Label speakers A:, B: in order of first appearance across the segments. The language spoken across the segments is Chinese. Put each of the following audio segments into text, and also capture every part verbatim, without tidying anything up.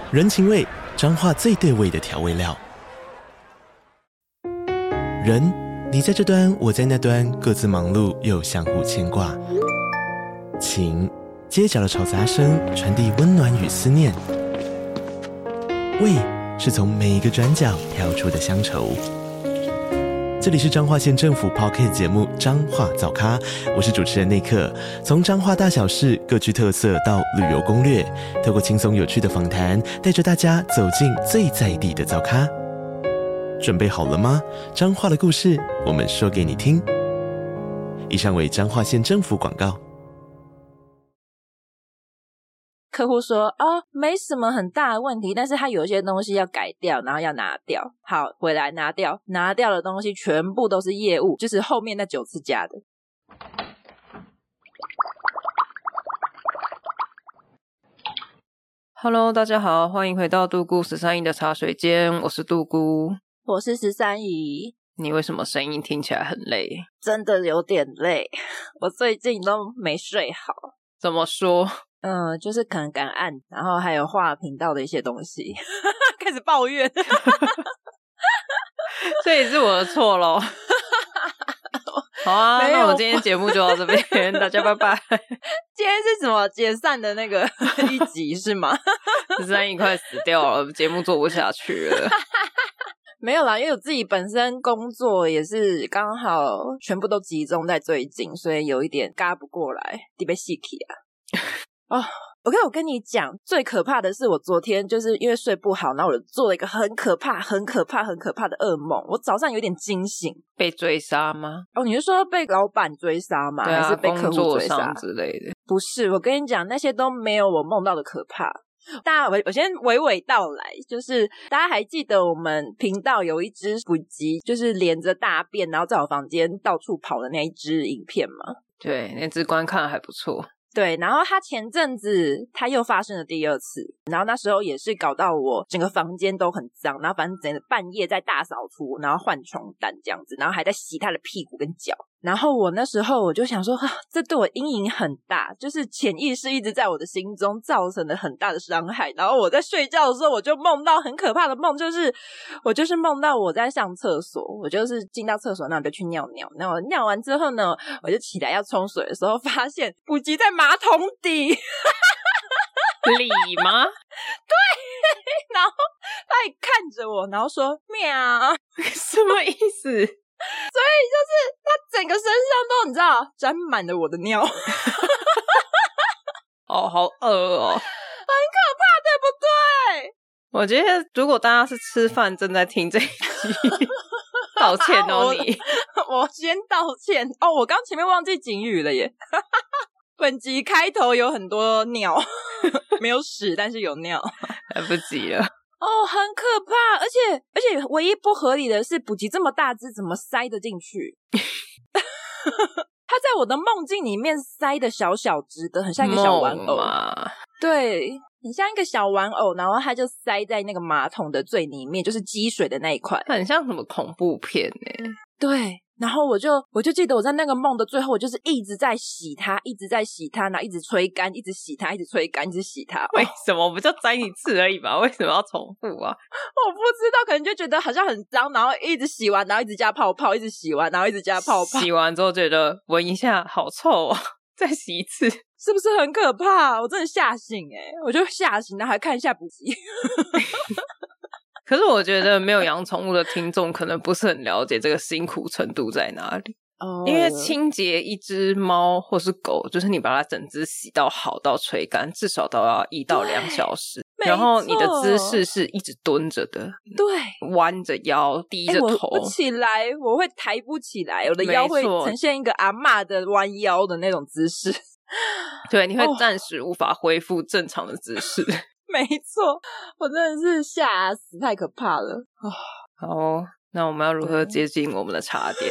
A: 人情味，彰化最对味的调味料。人，你在这端，我在那端，各自忙碌又相互牵挂。情，街角的吵杂声传递温暖与思念。味，是从每一个转角跳出的乡愁。这里是彰化县政府 Podcast 节目《彰化早咖》，我是主持人内克。从彰化大小事各具特色到旅游攻略，透过轻松有趣的访谈，带着大家走进最在地的早咖。准备好了吗？彰化的故事，我们说给你听。以上为彰化县政府广告。
B: 客户说哦，没什么很大的问题，但是他有一些东西要改掉，然后要拿掉。好，回来拿掉，拿掉的东西全部都是业务，就是后面那九次加的。
C: Hello， 大家好，欢迎回到杜姑十三姨的茶水间，我是杜姑，
B: 我是十三姨。
C: 你为什么声音听起来很累？
B: 真的有点累，我最近都没睡好。
C: 怎么说？
B: 嗯，就是可能赶案，然后还有画频道的一些东西，开始抱怨，
C: 所以是我的错咯。好啊，那我们今天节目就到这边，大家拜拜。
B: 今天是什么解散的那个一集是吗？
C: 十三姨快死掉了，节目做不下去了。
B: 没有啦，因为我自己本身工作也是刚好全部都集中在最近，所以有一点嘎不过来，得被细气啊。哦 ，OK， 我跟你讲，最可怕的是我昨天就是因为睡不好，然后我就做了一个很可怕、很可怕、很可怕的噩梦。我早上有点惊醒，
C: 被追杀吗？
B: 哦，你是说被老板追杀吗？
C: 对啊，
B: 还是被客户追杀
C: 之类的？
B: 不是，我跟你讲，那些都没有我梦到的可怕。大家，我我先娓娓道来，就是大家还记得我们频道有一支补集，就是连着大便，然后在我房间到处跑的那一支影片吗？
C: 对，那支观看还不错。
B: 对，然后他前阵子他又发生了第二次，然后那时候也是搞到我整个房间都很脏，然后反正整个半夜在大扫除，然后换床单这样子，然后还在洗他的屁股跟脚。然后我那时候我就想说、啊、这对我阴影很大，就是潜意识一直在我的心中造成了很大的伤害。然后我在睡觉的时候我就梦到很可怕的梦，就是我就是梦到我在上厕所，我就是进到厕所，那我就去尿尿，然后我尿完之后呢，我就起来要冲水的时候发现补给在马桶底
C: 里吗？
B: 对，然后他也看着我，然后说喵，
C: 什么意思？
B: 所以就是他整个身上都你知道沾满了我的尿。
C: 哦，好恶哦，
B: 很可怕，对不对？
C: 我觉得如果大家是吃饭正在听这一集，道歉哦你。
B: 我, 我先道歉哦，我刚前面忘记警语了耶。本集开头有很多尿，没有屎，但是有尿，
C: 来不及了。
B: 哦，很可怕，而且而且唯一不合理的是，补给这么大只，怎么塞得进去？他在我的梦境里面塞的小小只的，很像一个小玩偶，对，很像一个小玩偶，然后他就塞在那个马桶的最里面，就是积水的那一块，
C: 很像什么恐怖片耶。
B: 对。然后我就我就记得我在那个梦的最后，我就是一直在洗它，一直在洗它，然后一直吹干，一直洗它，一直吹干，一直洗它。
C: 为什么不就沾一次而已吧？为什么要重复啊？
B: 我不知道，可能就觉得好像很脏，然后一直洗完，然后一直加泡泡，一直洗完，然后一直加泡泡。
C: 洗完之后觉得闻一下好臭哦，再洗一次，
B: 是不是很可怕？我真的吓醒诶、欸、我就吓醒，然后还看一下补给。
C: 可是我觉得没有养宠物的听众可能不是很了解这个辛苦程度在哪里。哦，因为清洁一只猫或是狗，就是你把它整只洗到好到吹干，至少都要一到两小时。然后你的姿势是一直蹲着的，
B: 对，
C: 弯着腰，低着头。
B: 欸、我不起来，我会抬不起来，我的腰会呈现一个阿嬷的弯腰的那种姿势。
C: 对，你会暂时无法恢复正常的姿势。哦
B: 没错，我真的是吓死，太可怕了。哦、
C: 好，那我们要如何接近我们的茶点？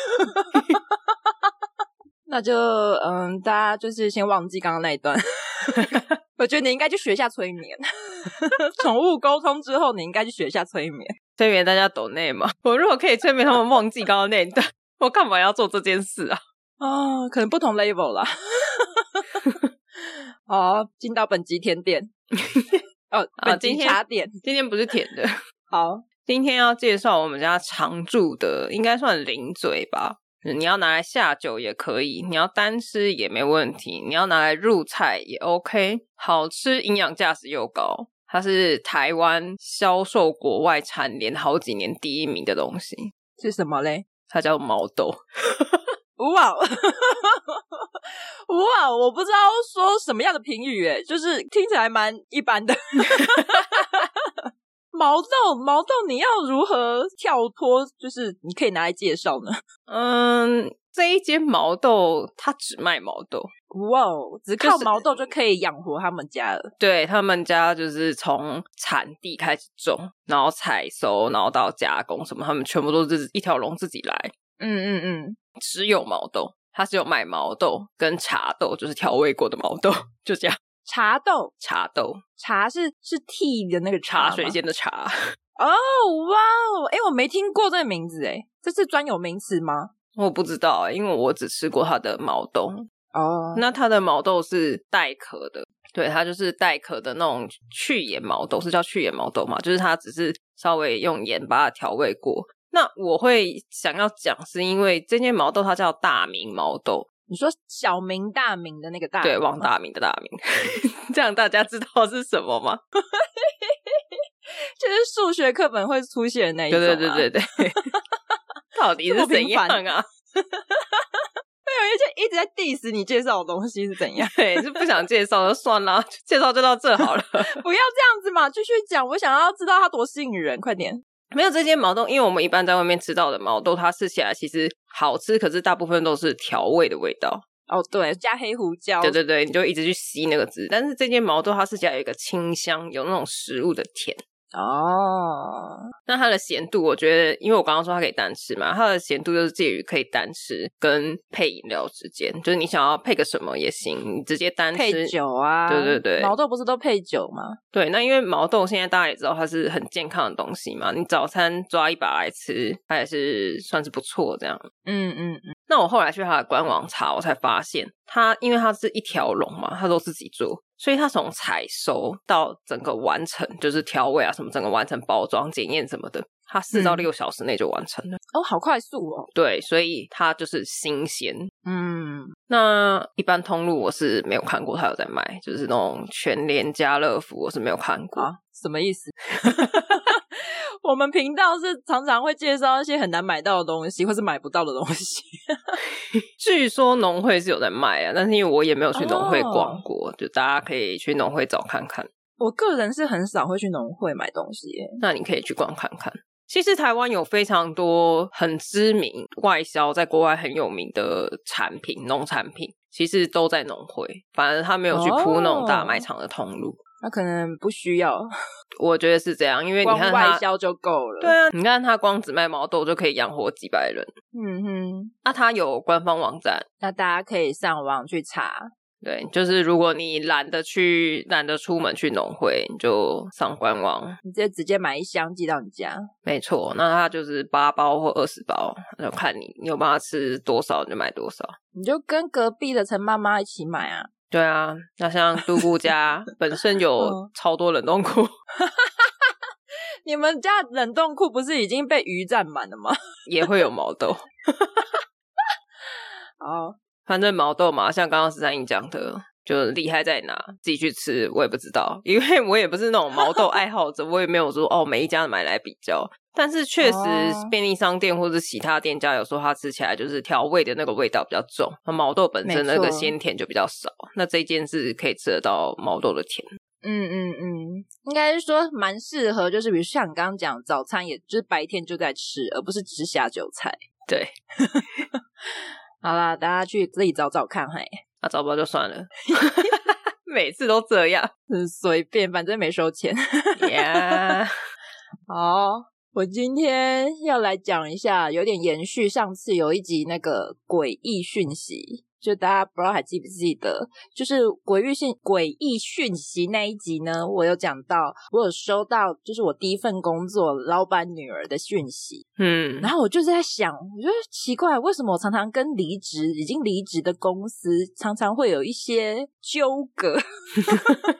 B: 那就嗯，大家就是先忘记刚刚那一段。我觉得你应该去学一下催眠。宠物沟通之后，你应该去学一下催眠。
C: 催眠大家抖内嘛？我如果可以催眠他们忘记刚刚那一段，我干嘛要做这件事啊？
B: 哦，可能不同 level 啦。好，进到本集甜点。 哦，本集茶点、啊、
C: 今天不是甜的。
B: 好，
C: 今天要介绍我们家常驻的，应该算零嘴吧。你要拿来下酒也可以，你要单吃也没问题，你要拿来入菜也 OK， 好吃，营养价值又高。它是台湾销售国外蝉联好几年第一名的东西。
B: 是什么嘞？
C: 它叫毛豆。
B: 哇哇，我不知道说什么样的评语耶，就是听起来蛮一般的。毛豆毛豆你要如何跳脱，就是你可以拿来介绍呢？
C: 嗯，这一间毛豆它只卖毛豆。
B: 哇，只靠毛豆就可以养活他们家了。
C: 就是、对，他们家就是从产地开始种，然后采收，然后到加工什么，他们全部都是一条龙自己来。
B: 嗯嗯嗯，
C: 只有毛豆，它只有卖毛豆跟茶豆，就是调味过的毛豆，就这样。
B: 茶豆，
C: 茶豆，
B: 茶是是 tea 的那个茶，
C: 茶水间的茶。
B: 哦，哇哦，诶我没听过这个名字诶，这是专有名词吗？
C: 我不知道诶，因为我只吃过它的毛豆。
B: 哦，
C: 那它的毛豆是带壳的，对，它就是带壳的那种去盐毛豆，是叫去盐毛豆嘛？就是它只是稍微用盐把它调味过。那我会想要讲是因为这间毛豆它叫大明毛豆。
B: 你说小明大明的那个大明？
C: 对，王大明的大明。这样大家知道是什么吗？
B: 就是数学课本会出现的那一种、啊、
C: 对对对对对。到底是怎样啊？
B: 对，就一直在 diss 你介绍的东西是怎样？
C: 对，是不想介绍就算了，介绍就到这好了。
B: 不要这样子嘛，继续讲，我想要知道它多吸引人，快点。
C: 没有，这间毛豆，因为我们一般在外面吃到的毛豆，它吃起来其实好吃，可是大部分都是调味的味道。
B: 哦，对，加黑胡椒。
C: 对对对，你就一直去吸那个汁。但是这间毛豆它吃起来有一个清香，有那种食物的甜。
B: 哦，
C: 那它的咸度我觉得，因为我刚刚说它可以单吃嘛，它的咸度就是介于可以单吃跟配饮料之间，就是你想要配个什么也行，你直接单吃。
B: 配酒啊。
C: 对对对，
B: 毛豆不是都配酒吗？对，
C: 那因为毛豆现在大家也知道它是很健康的东西嘛，你早餐抓一把来吃，它也是算是不错这样。
B: 嗯嗯嗯。
C: 那我后来去它的官网查，我才发现它因为它是一条龙嘛，它都自己做，所以它从采收到整个完成，就是调味啊什么，整个完成包装检验什么的，它四到六小时内就完成了。
B: 哦，好快速哦。
C: 对，所以它就是新鲜。
B: 嗯，
C: 那一般通路我是没有看过它有在卖，就是那种全联家乐福我是没有看过。
B: 啊，什么意思？我们频道是常常会介绍一些很难买到的东西，或是买不到的东西。
C: 据说农会是有在卖啊，但是因为我也没有去农会逛过，哦、就大家可以去农会找看看。
B: 我个人是很少会去农会买东西耶，
C: 那你可以去逛看看。其实台湾有非常多很知名、外销在国外很有名的产品，农产品其实都在农会，反而他没有去铺那种大卖场的通路。
B: 他可能不需要，
C: 我觉得是这样，因为你看他
B: 光外销就够了。
C: 对啊，你看他光只卖毛豆就可以养活几百人。
B: 嗯哼，
C: 那他有官方网站，
B: 那大家可以上网去查。
C: 对，就是如果你懒得去懒得出门去农会，你就上官网，
B: 你直接直接买一箱寄到你家。
C: 没错，那它就是八包或二十包，就看你你有办法吃多少你就买多少，
B: 你就跟隔壁的陈妈妈一起买啊。
C: 对啊，那像杜姑家本身有超多冷冻库。
B: 你们家冷冻库不是已经被鱼占满了吗？
C: 也会有毛豆。
B: 好，
C: 反正毛豆嘛，像刚刚十三姨讲的，就厉害在哪，自己去吃我也不知道，因为我也不是那种毛豆爱好者，我也没有说哦每一家买来比较。但是确实便利商店或者其他店家有时候它吃起来就是调味的那个味道比较重，毛豆本身那个鲜甜就比较少，那这一件是可以吃得到毛豆的甜。
B: 嗯嗯嗯，应该是说蛮适合，就是比如像你刚刚讲早餐，也就是白天就在吃，而不是只是下酒菜。
C: 对。
B: 好啦，大家去自己找找看嘿。
C: 啊，找不到就算了。每次都这样。
B: 嗯，随便，反正没收钱。
C: Yeah.
B: 好，我今天要来讲一下，有点延续上次有一集那个诡异讯息，就大家不知道还记不记得，就是诡异讯诡异讯息那一集呢，我有讲到我有收到就是我第一份工作老板女儿的讯息。
C: 嗯，
B: 然后我就是在想，我觉得奇怪，为什么我常常跟离职已经离职的公司常常会有一些纠葛。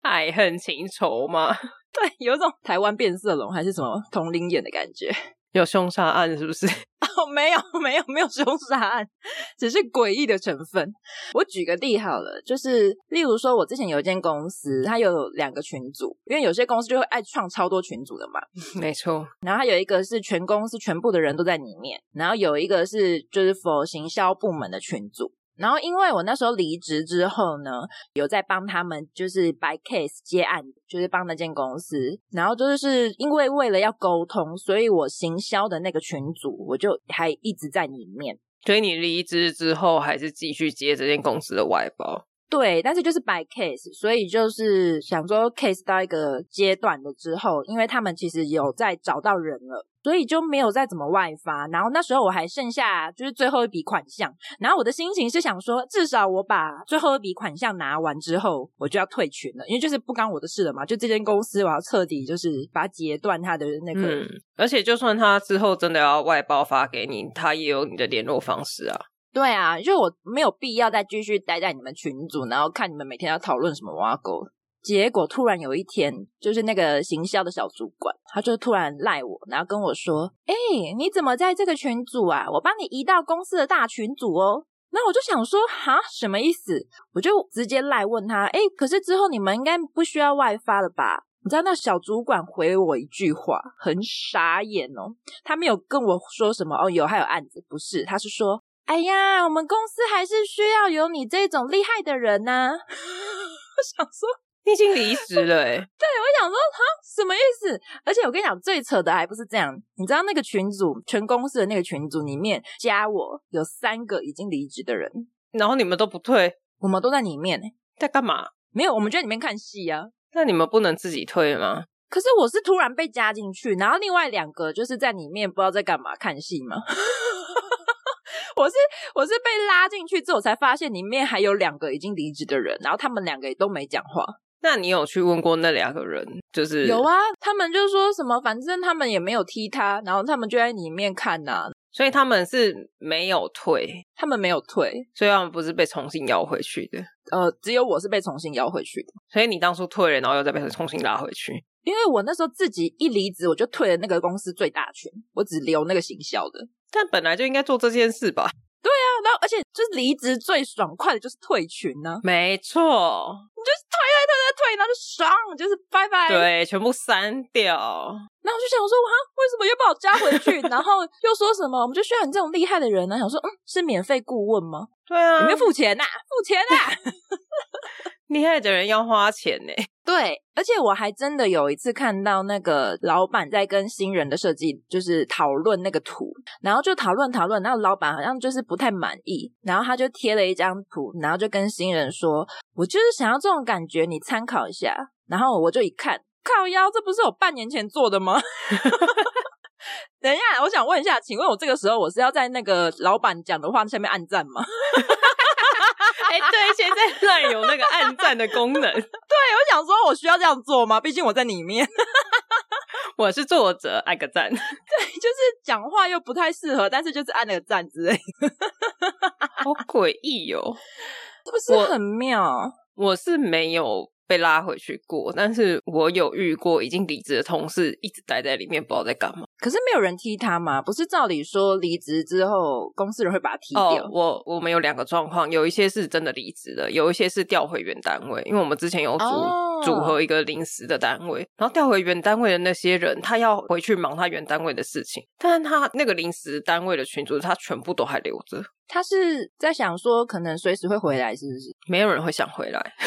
C: 爱恨情仇吗？
B: 对，有一种台湾变色龙还是什么同龄眼的感觉。
C: 有凶杀案是不是？
B: 哦，没有没有没有凶杀案，只是诡异的成分。我举个例好了，就是例如说我之前有一间公司，它有两个群组，因为有些公司就会爱创超多群组的嘛。
C: 没错。
B: 然后它有一个是全公司全部的人都在里面，然后有一个是就是 for 行销部门的群组。然后因为我那时候离职之后呢，有在帮他们就是 by case 接案，就是帮那间公司，然后就是因为为了要沟通，所以我行销的那个群组我就还一直在里面。
C: 所以你离职之后还是继续接这间公司的外包？
B: 对，但是就是 by case， 所以就是想说 case 到一个阶段了之后，因为他们其实有在找到人了，所以就没有再怎么外发。然后那时候我还剩下就是最后一笔款项，然后我的心情是想说，至少我把最后一笔款项拿完之后，我就要退群了，因为就是不干我的事了嘛，就这间公司我要彻底就是把它截断它的那个。
C: 嗯，而且就算他之后真的要外包发给你，他也有你的联络方式啊。
B: 对啊，就我没有必要再继续待在你们群组，然后看你们每天要讨论什么挖沟。结果突然有一天，就是那个行销的小主管，他就突然赖我，然后跟我说：诶、欸、你怎么在这个群组啊？我帮你移到公司的大群组哦。那我就想说，哈，什么意思？我就直接赖问他：诶、欸、可是之后你们应该不需要外发了吧？你知道那小主管回我一句话，很傻眼哦。他没有跟我说什么哦，有还有案子，不是，他是说：哎呀，我们公司还是需要有你这种厉害的人啊。我想说
C: 你已经离职了欸。
B: 对，我想说哈，什么意思？而且我跟你讲，最扯的还不是这样，你知道那个群组，全公司的那个群组里面加我有三个已经离职的人，
C: 然后你们都不退？
B: 我们都在里面。
C: 在干嘛？
B: 没有，我们就在里面看戏啊。
C: 那你们不能自己退吗？
B: 可是我是突然被加进去，然后另外两个就是在里面不知道在干嘛看戏嘛。我是我是被拉进去之后才发现里面还有两个已经离职的人，然后他们两个也都没讲话。
C: 那你有去问过那两个人？就是
B: 有啊，他们就说什么反正他们也没有踢他，然后他们就在里面看啊。
C: 所以他们是没有退？
B: 他们没有退，
C: 所以他们不是被重新邀回去的？
B: 呃，只有我是被重新邀回去的。
C: 所以你当初退了，然后又再被重新拉回去？
B: 因为我那时候自己一离职，我就退了那个公司最大群，我只留那个行销的。
C: 但本来就应该做这件事吧？
B: 对啊，然后而且就是离职最爽快的就是退群呢、啊。
C: 没错，
B: 你就是退退退退退，然后就爽，就是拜拜。
C: 对，全部删掉。
B: 然后我就想说，哈，为什么又把我加回去？然后又说什么，我们就需要你这种厉害的人呢？想说，嗯，是免费顾问吗？
C: 对啊，
B: 有没有付钱呐、啊？付钱呐、啊！
C: 厉害的人要花钱呢。
B: 对，而且我还真的有一次看到那个老板在跟新人的设计就是讨论那个图，然后就讨论讨论，然后老板好像就是不太满意，然后他就贴了一张图，然后就跟新人说，我就是想要这种感觉，你参考一下。然后我就一看，靠腰，这不是我半年前做的吗？等一下，我想问一下，请问我这个时候我是要在那个老板讲的话下面按赞吗？
C: 哎、欸，对，现在乱有那个按赞的功能。对，
B: 我想说我需要这样做吗？毕竟我在里面。
C: 我是作者，按个赞。
B: 对，就是讲话又不太适合，但是就是按那个赞之类的。
C: 好诡异哦，
B: 是不是很妙？
C: 我, 我是没有被拉回去过，但是我有遇过已经离职的同事一直待在里面不知道在干嘛。
B: 可是没有人踢他吗？不是照理说离职之后公司人会把他踢掉？
C: 哦，我我们有两个状况，有一些是真的离职的，有一些是调回原单位，因为我们之前有组、哦、组合一个临时的单位，然后调回原单位的那些人他要回去忙他原单位的事情，但是他那个临时单位的群组他全部都还留着。
B: 他是在想说可能随时会回来是不是？
C: 没有人会想回来。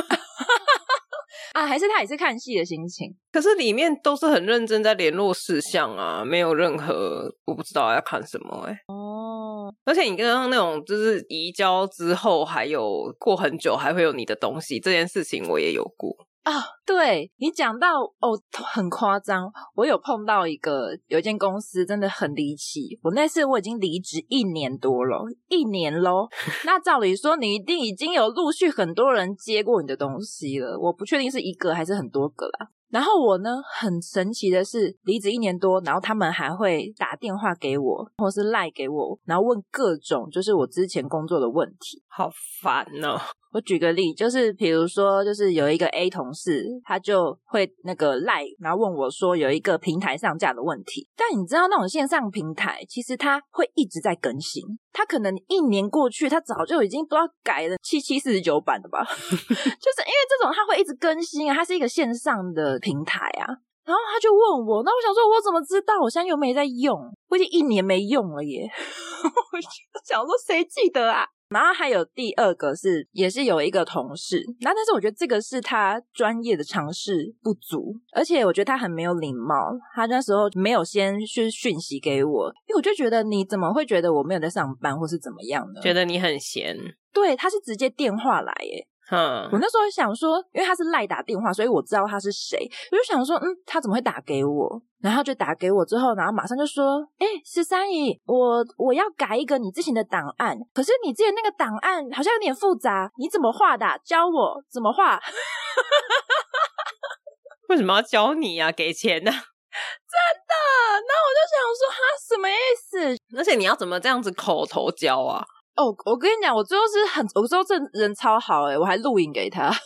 B: 啊，还是他也是看戏的心情？
C: 可是里面都是很认真在联络事项啊，没有任何我不知道要看什么欸。哦，而且你刚刚那种就是移交之后还有过很久还会有你的东西这件事情我也有过
B: 啊。对，你讲到哦，很夸张。我有碰到一个有一间公司真的很离奇，我那次我已经离职一年多了，一年咯。那照理说你一定已经有陆续很多人接过你的东西了，我不确定是一个还是很多个啦。然后我呢，很神奇的是离职一年多，然后他们还会打电话给我或是 LINE 给我，然后问各种就是我之前工作的问题。
C: 好烦哦。
B: 我我举个例，就是比如说就是有一个 A 同事，他就会那个 LINE 然后问我说有一个平台上架的问题，但你知道那种线上平台其实它会一直在更新，它可能一年过去它早就已经不知道改了七七四十九版了吧就是因为这种它会一直更新啊，它是一个线上的平台啊，然后他就问我，那我想说我怎么知道，我现在又没在用，我已经一年没用了耶我就想说谁记得啊。然后还有第二个是也是有一个同事，那但是我觉得这个是他专业的常识不足，而且我觉得他很没有礼貌，他那时候没有先去讯息给我，因为我就觉得你怎么会觉得我没有在上班或是怎么样呢，
C: 觉得你很闲。
B: 对，他是直接电话来耶。
C: 嗯，
B: 我那时候想说因为他是赖打电话，所以我知道他是谁，我就想说嗯，他怎么会打给我，然后就打给我之后，然后马上就说诶十三姨，我我要改一个你之前的档案，可是你之前那个档案好像有点复杂，你怎么画的啊？教我怎么画
C: 为什么要教你啊？给钱啊真
B: 的，那我就想说哈什么意思，
C: 而且你要怎么这样子口头教啊？
B: 哦，我跟你讲，我最后是很，我最后这人超好诶，我还录影给他。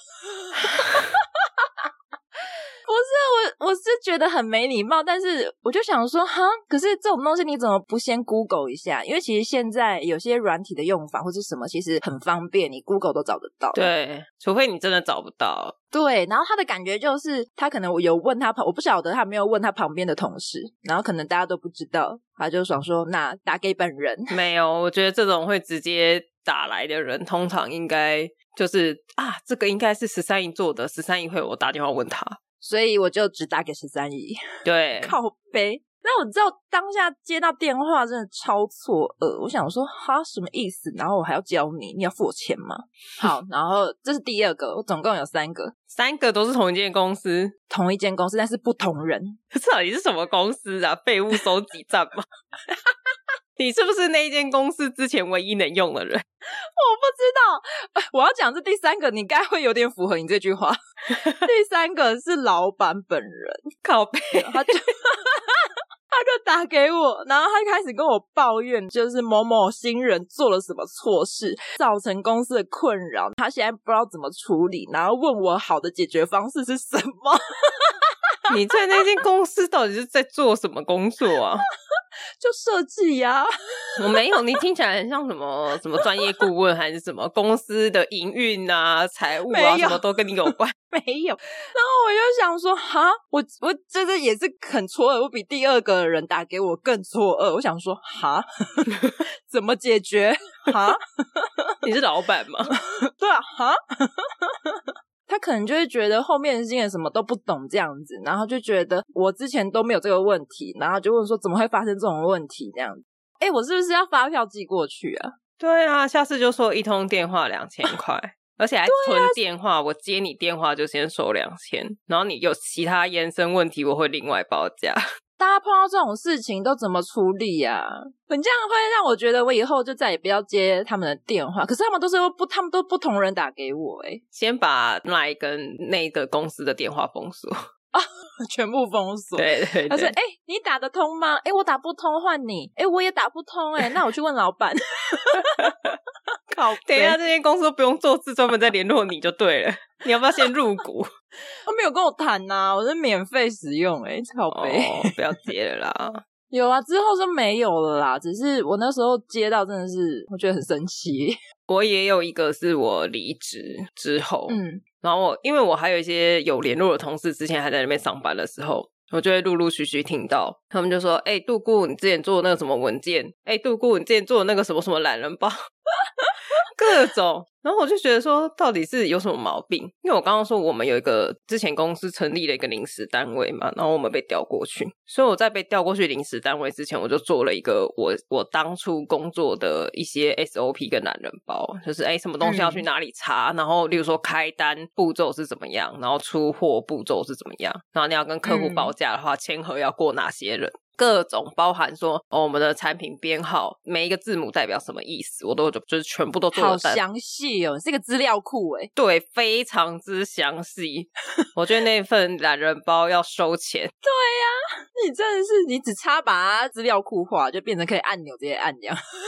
B: 不是我，我是觉得很没礼貌，但是我就想说，哈，可是这种东西你怎么不先 Google 一下？因为其实现在有些软体的用法或是什么，其实很方便，你 Google 都找得到。
C: 对，除非你真的找不到。
B: 对，然后他的感觉就是他可能有问他旁，我不晓得他没有问他旁边的同事，然后可能大家都不知道，他就想说那打给本人。
C: 没有，我觉得这种会直接打来的人通常应该就是啊，这个应该是十三姨做的，十三姨会我打电话问他，
B: 所以我就只打给十三姨。
C: 对，
B: 靠北。那我知道当下接到电话真的超错愕，我想说哈什么意思，然后我还要教你，你要付我钱吗？好，然后这是第二个，我总共有三个，
C: 三个都是同一间公司，
B: 同一间公司但是不同人。
C: 这到底是什么公司啊？废物收集站吗你是不是那一间公司之前唯一能用的人？
B: 我不知道，我要讲这第三个你该会有点符合你这句话第三个是老板本人，
C: 靠北
B: 他就他就打给我，然后他开始跟我抱怨就是某某新人做了什么错事造成公司的困扰，他现在不知道怎么处理，然后问我好的解决方式是什么
C: 你在那间公司到底是在做什么工作啊？
B: 就设计呀。
C: 我没有，你听起来很像什么什么专业顾问还是什么公司的营运啊财务啊什么都跟你有关
B: 没有。然后我就想说哈，我我这个也是很错愕，我比第二个人打给我更错愕，我想说哈怎么解决哈
C: 你是老板吗？
B: 对啊哈他可能就会觉得后面的新人什么都不懂这样子，然后就觉得我之前都没有这个问题，然后就问说怎么会发生这种问题这样子。诶我是不是要发票寄过去啊？
C: 对啊，下次就说一通电话两千块而且还存电话、啊、我接你电话就先收两千，然后你有其他延伸问题我会另外报价。
B: 大家碰到这种事情都怎么处理啊？你这样会让我觉得我以后就再也不要接他们的电话，可是他们都是不他们都不同人打给我诶
C: 先把那一跟那个公司的电话封锁
B: 啊，全部封锁。
C: 对对对，
B: 他说诶、欸、你打得通吗？诶、欸、我打不通换你，诶、欸、我也打不通诶、欸、那我去问老板靠北，
C: 等一下这间公司都不用做事，专门在联络你就对了你要不要先入股？
B: 他没有跟我谈啊，我是免费使用诶、欸、靠北
C: 哦，不要接了啦
B: 有啊，之后就没有了啦，只是我那时候接到真的是我觉得很生气。
C: 我也有一个是我离职之后，
B: 嗯，
C: 然后我因为我还有一些有联络的同事之前还在那边上班的时候，我就会陆陆续续听到他们就说诶、欸、杜姑你之前做的那个什么文件，诶、欸、杜姑你之前做的那个什么什么懒人包各种，然后我就觉得说到底是有什么毛病，因为我刚刚说我们有一个之前公司成立了一个临时单位嘛，然后我们被调过去，所以我在被调过去临时单位之前我就做了一个我我当初工作的一些 S O P 跟懒人包，就是诶什么东西要去哪里查、嗯、然后例如说开单步骤是怎么样，然后出货步骤是怎么样，然后你要跟客户报价的话、嗯、签合要过哪些人，各种包含说、哦、我们的产品编号每一个字母代表什么意思我都就是全部都做了。
B: 好详细哦，是个资料库耶。
C: 对，非常之详细我觉得那份懒人包要收钱。对
B: 呀、啊、你真的是你只差把它资料库化就变成可以按钮直接按这样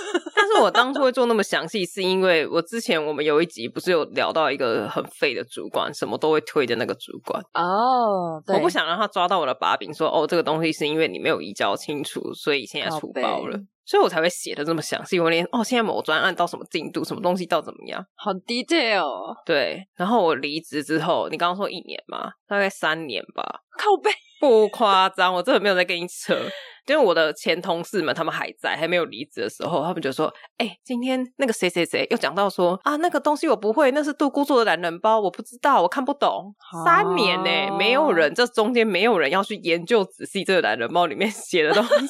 C: 但是我当初会做那么详细是因为我之前我们有一集不是有聊到一个很废的主管，什么都会推的那个主管
B: 哦、oh, 对，
C: 我不想让他抓到我的把柄说哦这个东西是因为你没有移交清楚所以现在出包了，所以我才会写的这么详细，我连哦现在某专案到什么进度什么东西到怎么样
B: 好 detail 哦。
C: 对，然后我离职之后你刚刚说一年嘛，大概三年吧，
B: 靠背
C: 不夸张，我真的没有在跟你扯。因为我的前同事们他们还在还没有离职的时候，他们就说哎、欸，今天那个谁谁谁又讲到说啊那个东西我不会，那是杜姑做的懒人包我不知道我看不懂、啊、三年耶、欸、没有人，这中间没有人要去研究仔细这个懒人包里面写的东西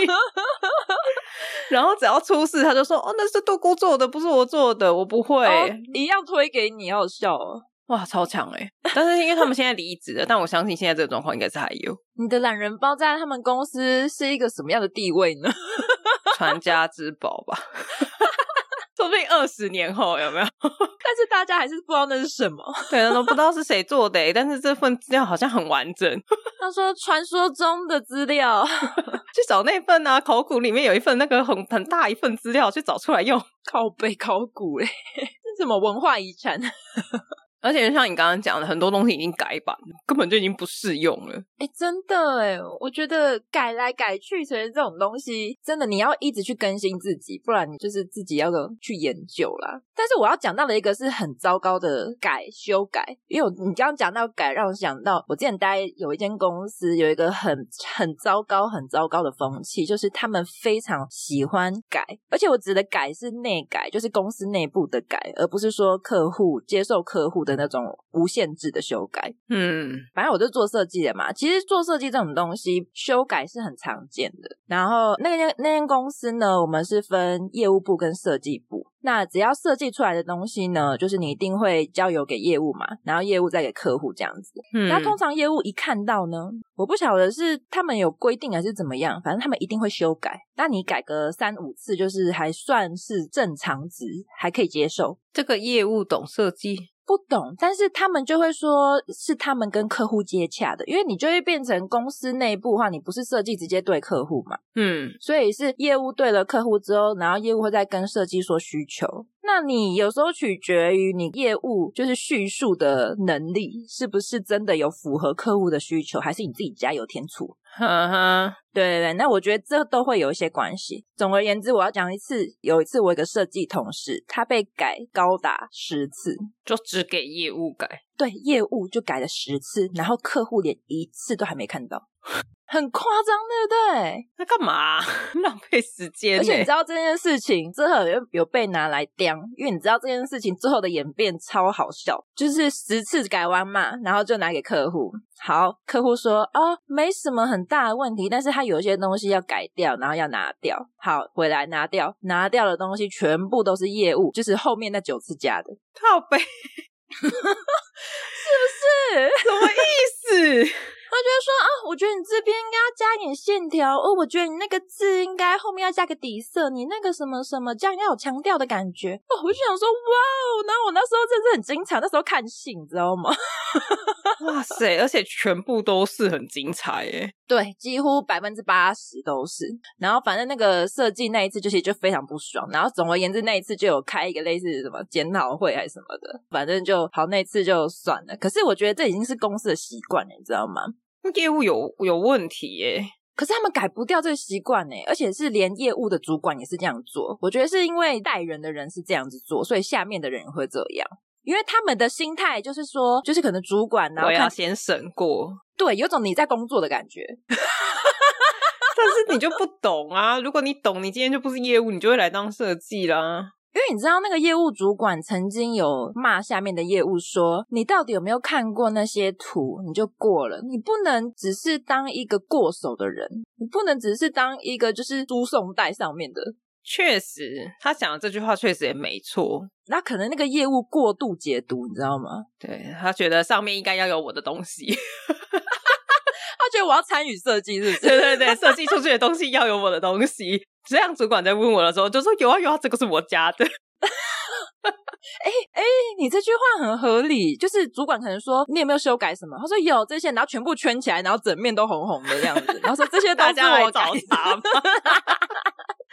C: 然后只要出事他就说哦那是杜姑做的不是我做的我不会、哦、
B: 一样推给你，好笑哦。
C: 哇超强欸但是因为他们现在离职了但我相信现在这个状况应该是还有。
B: 你的懒人包在他们公司是一个什么样的地位呢？
C: 传家之宝吧说不定二十年后有没有
B: 但是大家还是不知道那是什么
C: 对都不知道是谁做的耶但是这份资料好像很完整
B: 他说传说中的资料
C: 去找那份啊，考古里面有一份那个很很大一份资料去找出来用。
B: 靠北考古耶这什么文化遗产
C: 而且像你刚刚讲的很多东西已经改版根本就已经不适用了。
B: 欸真的耶，我觉得改来改去其实这种东西真的你要一直去更新自己，不然你就是自己要去研究啦。但是我要讲到的一个是很糟糕的改修改，因为我你刚刚讲到改让我想到我之前待有一间公司有一个很很糟糕很糟糕的风气，就是他们非常喜欢改，而且我指的改是内改，就是公司内部的改，而不是说客户接受客户的那种无限制的修改。
C: 嗯，
B: 反正我就做设计的嘛，其实做设计这种东西修改是很常见的。然后那间那间公司呢，我们是分业务部跟设计部，那只要设计出来的东西呢，就是你一定会交由给业务嘛，然后业务再给客户这样子。嗯，那通常业务一看到呢，我不晓得是他们有规定还是怎么样，反正他们一定会修改，那你改个三五次就是还算是正常值，还可以接受。
C: 这个业务懂设计？
B: 不懂，但是他们就会说是他们跟客户接洽的，因为你就会变成公司内部的话，你不是设计直接对客户嘛，嗯，所以是业务对了客户之后，然后业务会再跟设计说需求。那你有时候取决于你业务就是叙述的能力是不是真的有符合客户的需求，还是你自己加油添醋。
C: 呵呵，
B: 对对对，那我觉得这都会有一些关系。总而言之，我要讲一次，有一次我有一个设计同事，他被改高达十次，
C: 就只给业务改。
B: 对，业务就改了十次，然后客户连一次都还没看到。很夸张对不对？
C: 那干嘛浪费时间、欸、
B: 而且你知道这件事情之后有有被拿来刁，因为你知道这件事情最后的演变超好笑，就是十次改完嘛，然后就拿给客户。好，客户说哦没什么很大的问题，但是他有一些东西要改掉，然后要拿掉。好，回来拿掉，拿掉的东西全部都是业务，就是后面那九次加的。
C: 靠北
B: 是不是？
C: 什么意思？
B: 他就会说啊，我觉得你这边应该要加一点线条哦，我觉得你那个字应该后面要加个底色，你那个什么什么这样要有强调的感觉哦。我就想说哇哦，然后我那时候真的很精彩，那时候看戏你知道吗？
C: 哇塞，而且全部都是很精彩耶。
B: 对，几乎百分之八十都是。然后反正那个设计那一次就是就非常不爽，然后总而言之那一次就有开一个类似什么检讨会还是什么的，反正就好，那次就算了。可是我觉得这已经是公司的习惯了，你知道吗？
C: 业务有有问题耶，
B: 可是他们改不掉这个习惯耶，而且是连业务的主管也是这样做。我觉得是因为带人的人是这样子做，所以下面的人也会这样。因为他们的心态就是说，就是可能主管然后
C: 我要先审过，
B: 对，有种你在工作的感觉。
C: 但是你就不懂啊，如果你懂，你今天就不是业务，你就会来当设计啦。
B: 因为你知道那个业务主管曾经有骂下面的业务说，你到底有没有看过那些图你就过了，你不能只是当一个过手的人，你不能只是当一个就是输送带上面的。
C: 确实他讲的这句话确实也没错，
B: 那可能那个业务过度解读你知道吗？
C: 对，他觉得上面应该要有我的东西
B: 他觉得我要参与设计是不是？
C: 对对对，设计出去的东西要有我的东西。这样主管在问我的时候就说有啊有啊，这个是我加的。
B: 哎哎，你这句话很合理，就是主管可能说你有没有修改什么，他说有这些，然后全部圈起来，然后整面都红红的这样子，然后说这些都是我改的。大家来找茬吗？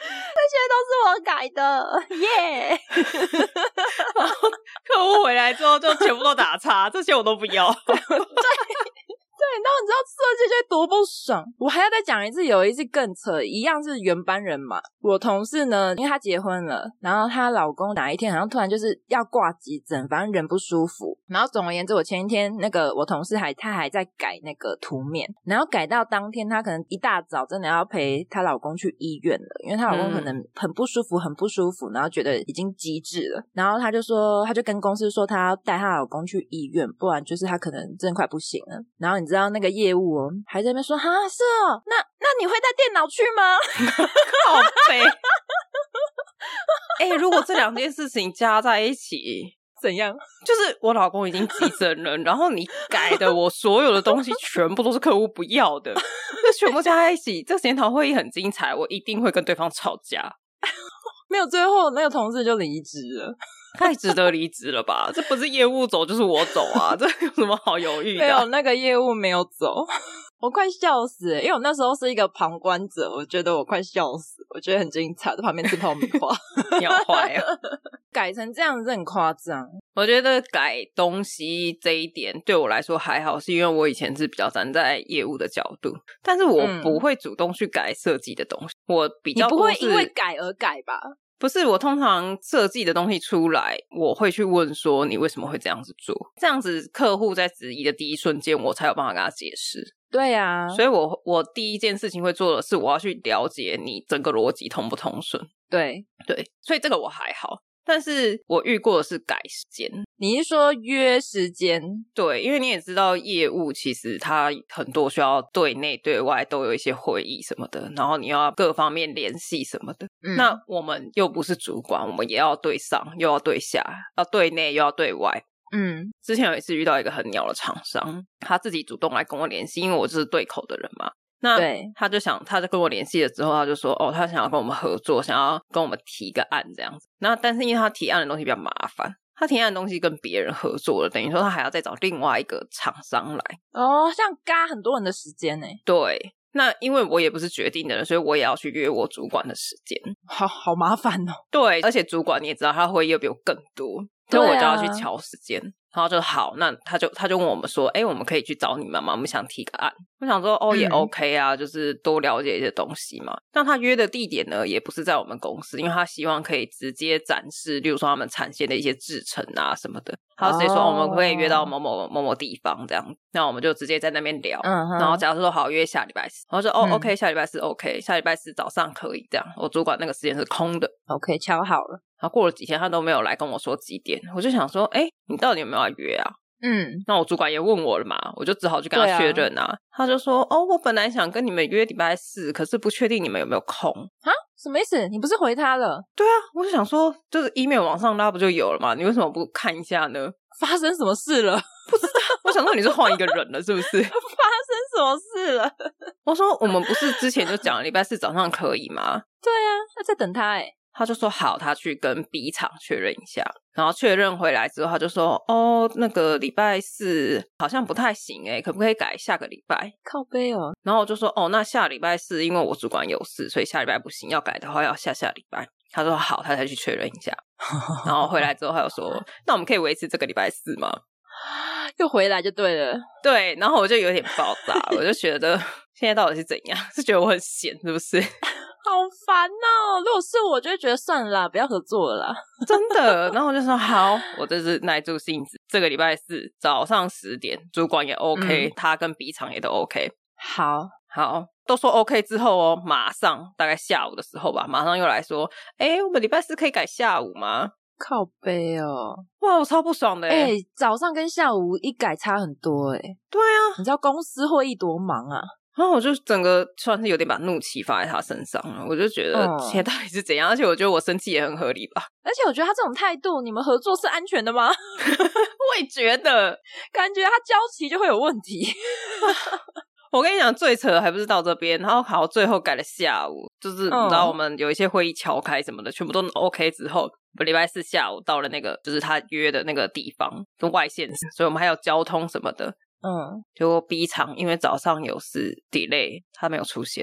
B: 些都是我改的，耶、yeah!
C: 然后客户回来之后就全部都打叉，这些我都不要。对。
B: 对，然后你知道设计就会多不爽。我还要再讲一次，有一次更扯，一样是原班人马。我同事呢，因为她结婚了，然后她老公哪一天好像突然就是要挂急诊，反正人不舒服。然后总而言之，我前一天那个我同事还她还在改那个图面，然后改到当天，她可能一大早真的要陪她老公去医院了，因为她老公可能很不舒服，很不舒服，然后觉得已经极致了。然后她就说，她就跟公司说，她要带她老公去医院，不然就是她可能真的快不行了。然后你知道那个业务哦，还在那边说，哈，是哦，那那你会带电脑去吗？
C: 靠北。哎、欸，如果这两件事情加在一起，
B: 怎样？
C: 就是我老公已经急诊了，然后你改的我所有的东西全部都是客户不要的，这全部加在一起，这检讨会议很精彩，我一定会跟对方吵架。
B: 没有，最后那个同事就离职了。
C: 太值得离职了吧？这不是业务走就是我走啊，这有什么好犹豫的？
B: 没有，那个业务没有走。我快笑死了，因为我那时候是一个旁观者，我觉得我快笑死，我觉得很精彩，在旁边吃爆米花。
C: 你好坏啊！
B: 改成这样子很夸张。
C: 我觉得改东西这一点对我来说还好，是因为我以前是比较站在业务的角度，但是我不会主动去改设计的东西。嗯、我比较
B: 你不会因为改而改吧？
C: 不是，我通常设计的东西出来，我会去问说你为什么会这样子做，这样子客户在质疑的第一瞬间，我才有办法跟他解释。
B: 对啊，
C: 所以我我第一件事情会做的是，我要去了解你整个逻辑通不通顺。
B: 对
C: 对，所以这个我还好。但是我遇过的是改时间。
B: 你是说约时间？
C: 对，因为你也知道业务其实它很多需要对内对外都有一些会议什么的，然后你要各方面联系什么的、嗯、那我们又不是主管，我们也要对上又要对下，要对内又要对外。嗯，之前有一次遇到一个很鸟的厂商，他自己主动来跟我联系，因为我就是对口的人嘛，那他就想，他就跟我联系了之后，他就说，哦，他想要跟我们合作，想要跟我们提个案这样子。那但是因为他提案的东西比较麻烦，他提案的东西跟别人合作了，等于说他还要再找另外一个厂商来。
B: 哦，这样嘎很多人的时间呢。
C: 对，那因为我也不是决定的人，所以我也要去约我主管的时间。
B: 好好麻烦哦。
C: 对，而且主管你也知道，他会议又比我更多，所以我就要去敲时间。然后就好，那他就他就问我们说，诶，我们可以去找你们吗？我们想提个案。我想说，哦，也 OK 啊、嗯、就是多了解一些东西嘛。那他约的地点呢，也不是在我们公司，因为他希望可以直接展示，例如说他们产线的一些制程啊什么的。他就直接说、哦、我们可以约到某某某某地方这样，那我们就直接在那边聊。嗯、然后假如说好约下礼拜四，然后说哦、嗯、OK 下礼拜四 OK 下礼拜四早上可以这样，我主管那个时间是空的
B: OK 敲好了。
C: 然后过了几天他都没有来跟我说几点，我就想说诶你到底有没有要约啊？嗯，那我主管也问我了嘛，我就只好去跟他确认 啊, 啊他就说哦我本来想跟你们约礼拜四，可是不确定你们有没有空
B: 啊？什么意思？你不是回他了？
C: 对啊，我就想说就是 email 往上拉不就有了嘛，你为什么不看一下呢？
B: 发生什么事了？
C: 不知道，我想说你是换一个人了是不是？发生
B: 什么事了？
C: 我说我们不是之前就讲了礼拜四早上可以吗？
B: 对啊，那在等他耶。
C: 他就说好，他去跟 B 厂确认一下，然后确认回来之后他就说哦那个礼拜四好像不太行诶，可不可以改下个礼拜？
B: 靠背哦。
C: 然后我就说哦那下礼拜四因为我主管有事，所以下礼拜不行，要改的话要下下礼拜。他说好，他才去确认一下。然后回来之后他就说那我们可以维持这个礼拜四吗？
B: 又回来就对了。
C: 对，然后我就有点爆炸我就觉得现在到底是怎样？是觉得我很闲是不是？
B: 好烦哦！如果是我就会觉得算了啦，不要合作了啦。
C: 真的。然后我就说好，我这是耐住性子，这个礼拜四早上十点主管也 OK、嗯、他跟 B 厂也都 OK。
B: 好
C: 好，都说 OK 之后哦，马上大概下午的时候吧，马上又来说诶我们礼拜四可以改下午吗？
B: 靠北哦。
C: 哇我超不爽的耶。
B: 诶早上跟下午一改差很多耶。
C: 对啊，
B: 你知道公司会议多忙啊。
C: 然后我就整个算是有点把怒气发在他身上了，我就觉得现在到底是怎样、嗯、而且我觉得我生气也很合理吧。
B: 而且我觉得他这种态度，你们合作是安全的吗？
C: 我也觉得
B: 感觉他交期就会有问题。
C: 我跟你讲最扯的还不是到这边，然后好最后改了下午，就是你知道我们有一些会议敲开什么的、嗯、全部都 OK 之后，我礼拜四下午到了那个就是他约的那个地方跟外县市，所以我们还有交通什么的。嗯，结果 B 厂因为早上有事 delay 他没有出现。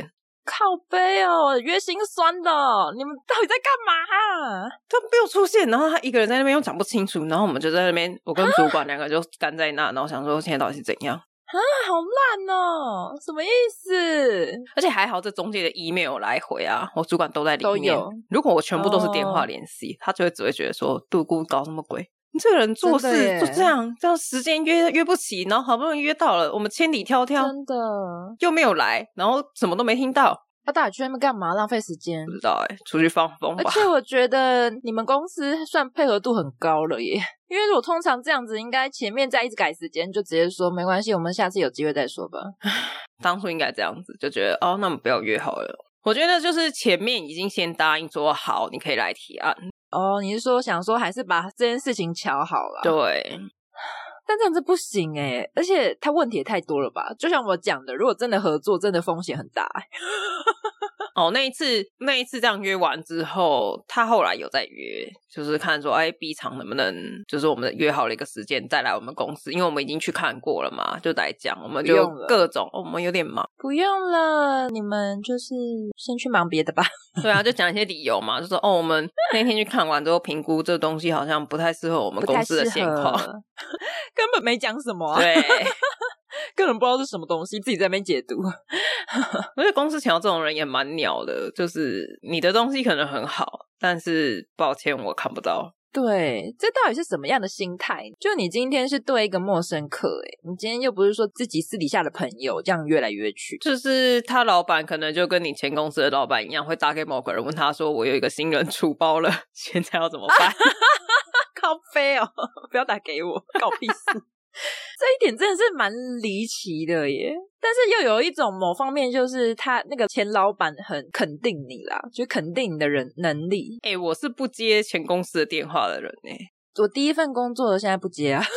B: 靠背哦，约心酸的，你们到底在干嘛？
C: 他没有出现，然后他一个人在那边又讲不清楚，然后我们就在那边，我跟主管两个就干在那，然后想说现在到底是怎样
B: 啊，好烂哦，什么意思？
C: 而且还好这中间的 email 来回啊，我主管都在里面。
B: 都有。
C: 如果我全部都是电话联系，哦、他就会只会觉得说杜姑搞什么鬼。你这个人做事就这样，这样时间约约不齐，然后好不容易约到了，我们千里迢迢，
B: 真的
C: 又没有来，然后什么都没听到。
B: 他到底去那边干嘛？浪费时间？
C: 不知道哎、欸，出去放风吧。
B: 而且我觉得你们公司算配合度很高了耶，因为我通常这样子，应该前面再一直改时间，就直接说没关系，我们下次有机会再说吧。
C: 当初应该这样子，就觉得哦，那我们不要约好了。我觉得就是前面已经先答应说好，你可以来提案。
B: 哦，你是说想说还是把这件事情瞧好了？
C: 对。
B: 但这样子不行欸，而且他问题也太多了吧？就像我讲的，如果真的合作，真的风险很大欸。
C: 哦，那一次那一次这样约完之后，他后来有再约，就是看说哎 B 厂能不能就是我们约好了一个时间再来我们公司，因为我们已经去看过了嘛，就来讲我们就各种、哦、我们有点忙，
B: 不用了，你们就是先去忙别的吧。
C: 对啊，就讲一些理由嘛，就说哦我们那天去看完之后评估这东西好像不太适合我们公司的现况，
B: 根本没讲什么、啊、
C: 对
B: 根本不知道是什么东西，自己在那边解读。
C: 而且公司请到这种人也蛮鸟的，就是你的东西可能很好，但是抱歉我看不到。
B: 对，这到底是什么样的心态？就你今天是对一个陌生客，诶你今天又不是说自己私底下的朋友，这样约来约去。
C: 就是他老板可能就跟你前公司的老板一样，会打给某个人问他说我有一个新人出包了，现在要怎么办？
B: 靠背哦，不要打给我，搞屁事。这一点真的是蛮离奇的耶，但是又有一种某方面就是他那个前老板很肯定你啦，就肯定你的人能力。
C: 欸我是不接前公司的电话的人耶，
B: 我第一份工作的现在不接啊。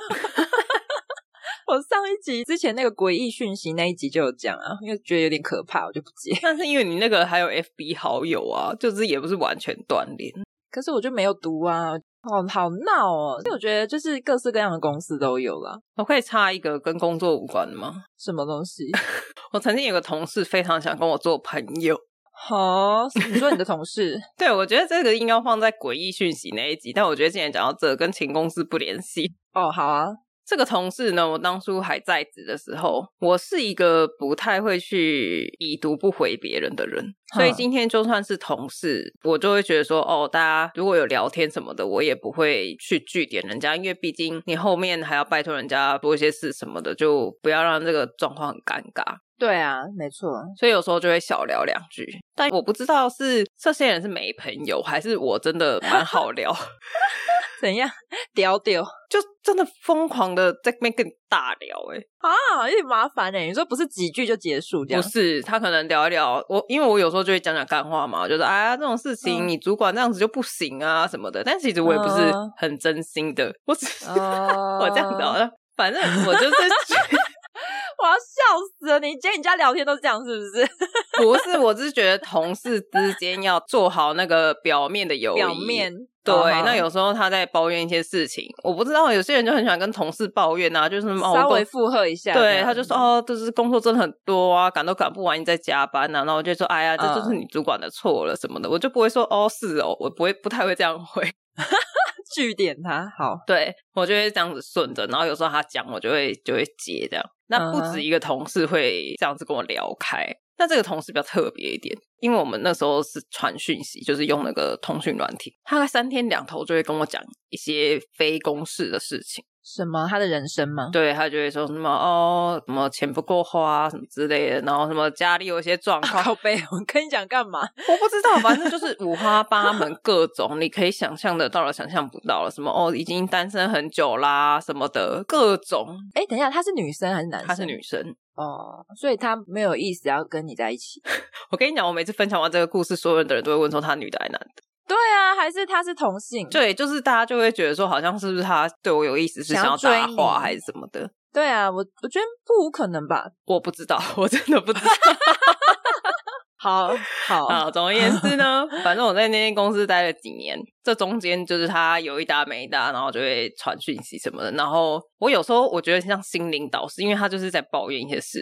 B: 我上一集之前那个诡异讯息那一集就有讲啊，因为觉得有点可怕我就不接。
C: 但是因为你那个还有 F B 好友啊，就是也不是完全断联。
B: 可是我就没有读啊，好好闹哦！因为我觉得就是各式各样的公司都有啦。
C: 我可以插一个跟工作无关的吗？
B: 什么东西？
C: 我曾经有个同事非常想跟我做朋友。
B: 好，你说你的同事？
C: 对，我觉得这个应该放在诡异讯息那一集，但我觉得今天讲到这跟前公司不联系。
B: 哦，好啊。
C: 这个同事呢，我当初还在职的时候，我是一个不太会去已读不回别人的人，所以今天就算是同事，我就会觉得说哦，大家如果有聊天什么的，我也不会去句点人家，因为毕竟你后面还要拜托人家做一些事什么的，就不要让这个状况很尴尬。
B: 对啊，没错，
C: 所以有时候就会小聊两句，但我不知道是这些人是没朋友，还是我真的蛮好聊。
B: 怎样？屌屌
C: 就真的疯狂的在那边跟你大聊欸
B: 啊，有点麻烦欸。你说不是几句就结束这样？
C: 不是，他可能聊一聊我，因为我有时候就会讲讲干话嘛，就是哎呀这种事情、嗯、你主管这样子就不行啊什么的，但其实我也不是很真心的，我只是、uh... 我这样子好像反正我就是
B: 我要笑死了，你今天你家聊天都是这样是不是？
C: 不是，我只是觉得同事之间要做好那个表面的友谊。
B: 表面
C: 对、uh-huh. 那有时候他在抱怨一些事情，我不知道有些人就很喜欢跟同事抱怨啊，就是什么
B: 稍微附和一下，
C: 对，他就说哦，就是工作真的很多啊，赶都赶不完，你在加班啊，然后我就说哎呀，这就是你主管的错了什么的， uh. 我就不会说哦是哦，我不会不太会这样回。
B: 句点他好，
C: 对，我就会这样子顺着，然后有时候他讲我就会就会接这样。那不止一个同事会这样子跟我聊开，那这个同事比较特别一点，因为我们那时候是传讯息，就是用那个通讯软体，他三天两头就会跟我讲一些非公事的事情。
B: 什么他的人生吗？
C: 对，他就会说什么哦什么钱不够花什么之类的，然后什么家里有一些状况。
B: 靠北，我跟你讲干嘛？
C: 我不知道，反正就是五花八门，各种你可以想象得到了，想象不到了，什么哦已经单身很久啦什么的，各种。
B: 诶等一下，她是女生还是男生？
C: 她是女生
B: 哦，所以她没有意思要跟你在一起。
C: 我跟你讲，我每次分享完这个故事，所有的人都会问说她女的还是男的。
B: 对啊，还是他是同性？
C: 对，就是大家就会觉得说好像是不是他对我有意思，是想要搭话还是什么的。
B: 对啊，我我觉得不无可能吧。
C: 我不知道，我真的不知道。
B: 好好
C: 好，总而言之呢，反正我在那间公司待了几年，这中间就是他有一搭没一搭，然后就会传讯息什么的，然后我有时候我觉得像心灵导师，因为他就是在抱怨一些事情，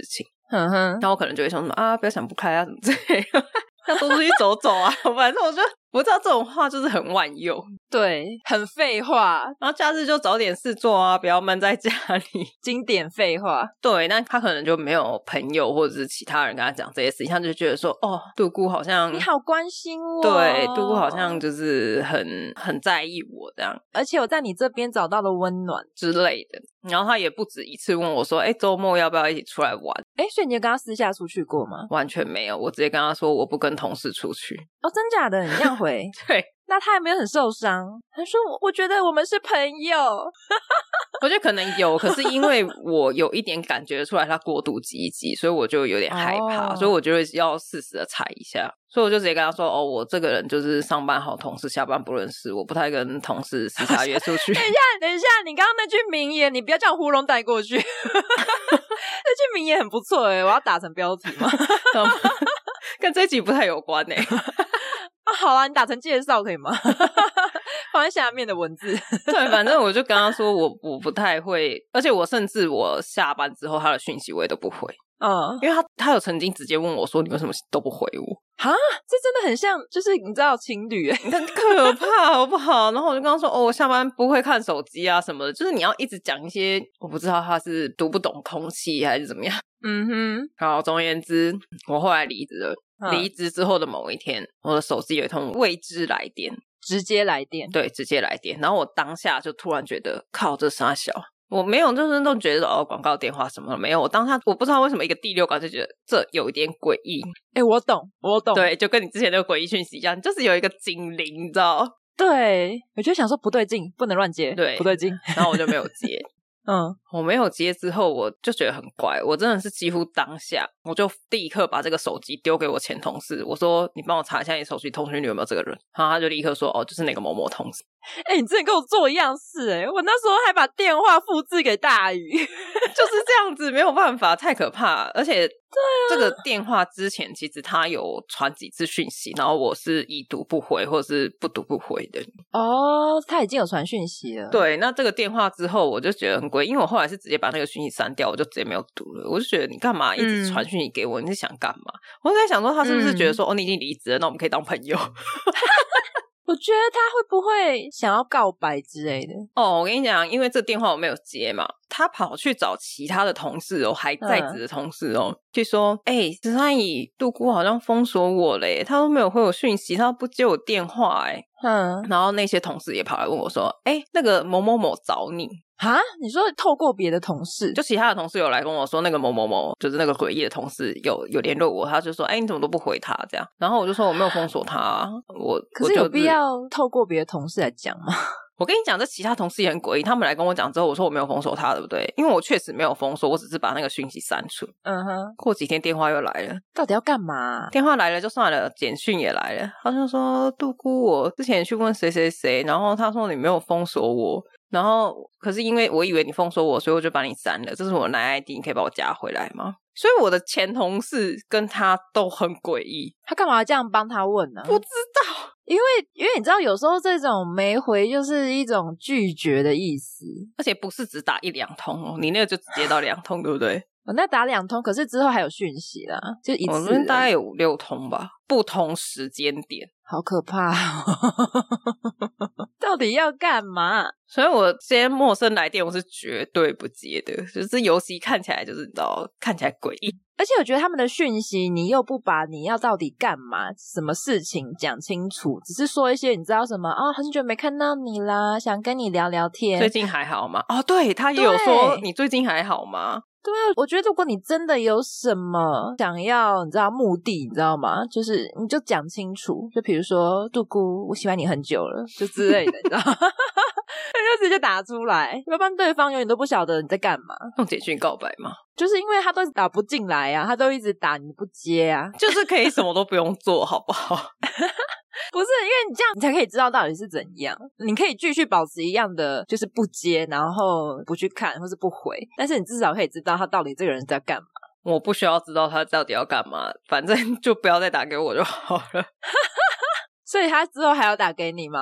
B: 哼哼，
C: 那我可能就会说什么啊，不要想不开啊什么之类的，要多出去走走啊。反正我觉得我知道这种话就是很万用，
B: 对，很废话。
C: 然后假日就找点事做啊，不要闷在家里。
B: 经典废话。
C: 对，那他可能就没有朋友或者是其他人跟他讲这些事情，他就觉得说哦，杜姑好像
B: 你好关心我，
C: 对，杜姑好像就是很很在意我这样，
B: 而且我在你这边找到了温暖
C: 之类的。然后他也不止一次问我说哎，周末要不要一起出来玩。
B: 哎，所以你有跟他私下出去过吗？
C: 完全没有，我直接跟他说我不跟同事出去。
B: 哦，真假的？你这样回
C: 对，
B: 那他有没有很受伤？他说我觉得我们是朋友。
C: 我觉得可能有，可是因为我有一点感觉出来他过度积极，所以我就有点害怕，哦、所以我觉得要适时的踩一下。所以我就直接跟他说哦，我这个人就是上班好同事，下班不认识，我不太跟同事私下约出去。
B: 等一下等一下，你刚刚那句名言你不要这样糊弄带过去。那句名言很不错耶，我要打成标题吗？
C: 跟这一集不太有关耶。
B: 啊，好啊，你打成介绍可以吗？放在下面的文字。
C: 对，反正我就跟他说我我不太会，而且我甚至我下班之后他的讯息我也都不回。嗯，因为他他有曾经直接问我说你为什么都不回我
B: 哈，这真的很像就是你知道情侣耶，
C: 很可怕好不好？然后我就跟他说哦，我下班不会看手机啊什么的，就是你要一直讲一些我不知道他是读不懂空气还是怎么样。嗯哼，好，总而言之我后来离职了。离职之后的某一天，我的手机有一通未知来电，
B: 直接来电。
C: 对，直接来电。然后我当下就突然觉得靠，这傻小，我没有就是都觉得哦广告电话什么的没有，我当下我不知道为什么一个第六感就觉得这有一点诡异。
B: 诶、欸、我懂我懂，
C: 对，就跟你之前那个诡异讯息一样，就是有一个警铃你知道。
B: 对，我就想说不对劲，不能乱接，
C: 对，
B: 不对劲，
C: 然后我就没有接。嗯，我没有接之后我就觉得很怪，我真的是几乎当下我就立刻把这个手机丢给我前同事，我说你帮我查一下你手机通讯录有没有这个人，然后他就立刻说哦就是那个某某同事。
B: 哎、欸，你之前跟我做一样事哎、欸，我那时候还把电话复制给大宇。
C: 就是这样子，没有办法，太可怕了。而且这个电话之前其实他有传几次讯息，然后我是已读不回或是不读不回的。
B: 哦，他已经有传讯息了。
C: 对，那这个电话之后我就觉得很诡异，因为我后来是直接把那个讯息删掉，我就直接没有读了。我就觉得你干嘛一直传讯息给我、嗯、你是想干嘛？我在想说他是不是觉得说、嗯、哦你已经离职了，那我们可以当朋友。
B: 我觉得他会不会想要告白之类的？
C: 哦，我跟你讲，因为这电话我没有接嘛，他跑去找其他的同事哦，还在职的同事哦，去、嗯、说，哎、欸，十三姨，杜姑好像封锁我嘞，他都没有回我讯息，他都不接我电话，哎，嗯，然后那些同事也跑来问我说，哎、欸，那个某某某找你。
B: 哈，你说透过别的同事，
C: 就其他的同事有来跟我说那个某某某就是那个诡异的同事有有联络我，他就说哎、欸、你怎么都不回他这样，然后我就说我没有封锁他、啊、我
B: 可是有必要透过别的同事来讲吗？
C: 我跟你讲这其他同事也很诡异，他们来跟我讲之后我说我没有封锁他对不对，因为我确实没有封锁，我只是把那个讯息删除。嗯哼，过几天电话又来了，
B: 到底要干嘛？
C: 电话来了就算了，简讯也来了，他就说杜姑我之前去问谁谁谁，然后他说你没有封锁我，然后可是因为我以为你封锁我，所以我就把你删了，这是我的 LINE I D 你可以把我加回来吗？所以我的前同事跟他都很诡异，
B: 他干嘛这样帮他问呢、啊？
C: 不知道，
B: 因为因为你知道有时候这种没回就是一种拒绝的意思，
C: 而且不是只打一两通哦，你那个就直接到两通对不对？
B: 我那打两通，可是之后还有讯息啦，就一次。
C: 我们大概有五六通吧，不同时间点，
B: 好可怕哦！到底要干嘛？
C: 所以我这些陌生来电我是绝对不接的，就是尤其看起来就是你知道看起来诡异，
B: 而且我觉得他们的讯息你又不把你要到底干嘛什么事情讲清楚，只是说一些你知道什么哦，很久没看到你啦，想跟你聊聊天，
C: 最近还好吗？哦对，他也有说你最近还好吗？
B: 对啊，我觉得如果你真的有什么想要你知道目的你知道吗，就是你就讲清楚，就比如说杜姑我喜欢你很久了就之类的你知道吗？就直接打出来，要不然对方永远都不晓得你在干嘛。
C: 用简讯告白吗？
B: 就是因为他都打不进来啊，他都一直打你不接啊，
C: 就是可以什么都不用做好不好？
B: 不是，因为你这样你才可以知道到底是怎样，你可以继续保持一样的就是不接然后不去看或是不回，但是你至少可以知道他到底这个人在干嘛。
C: 我不需要知道他到底要干嘛，反正就不要再打给我就好了。
B: 所以他之后还要打给你吗？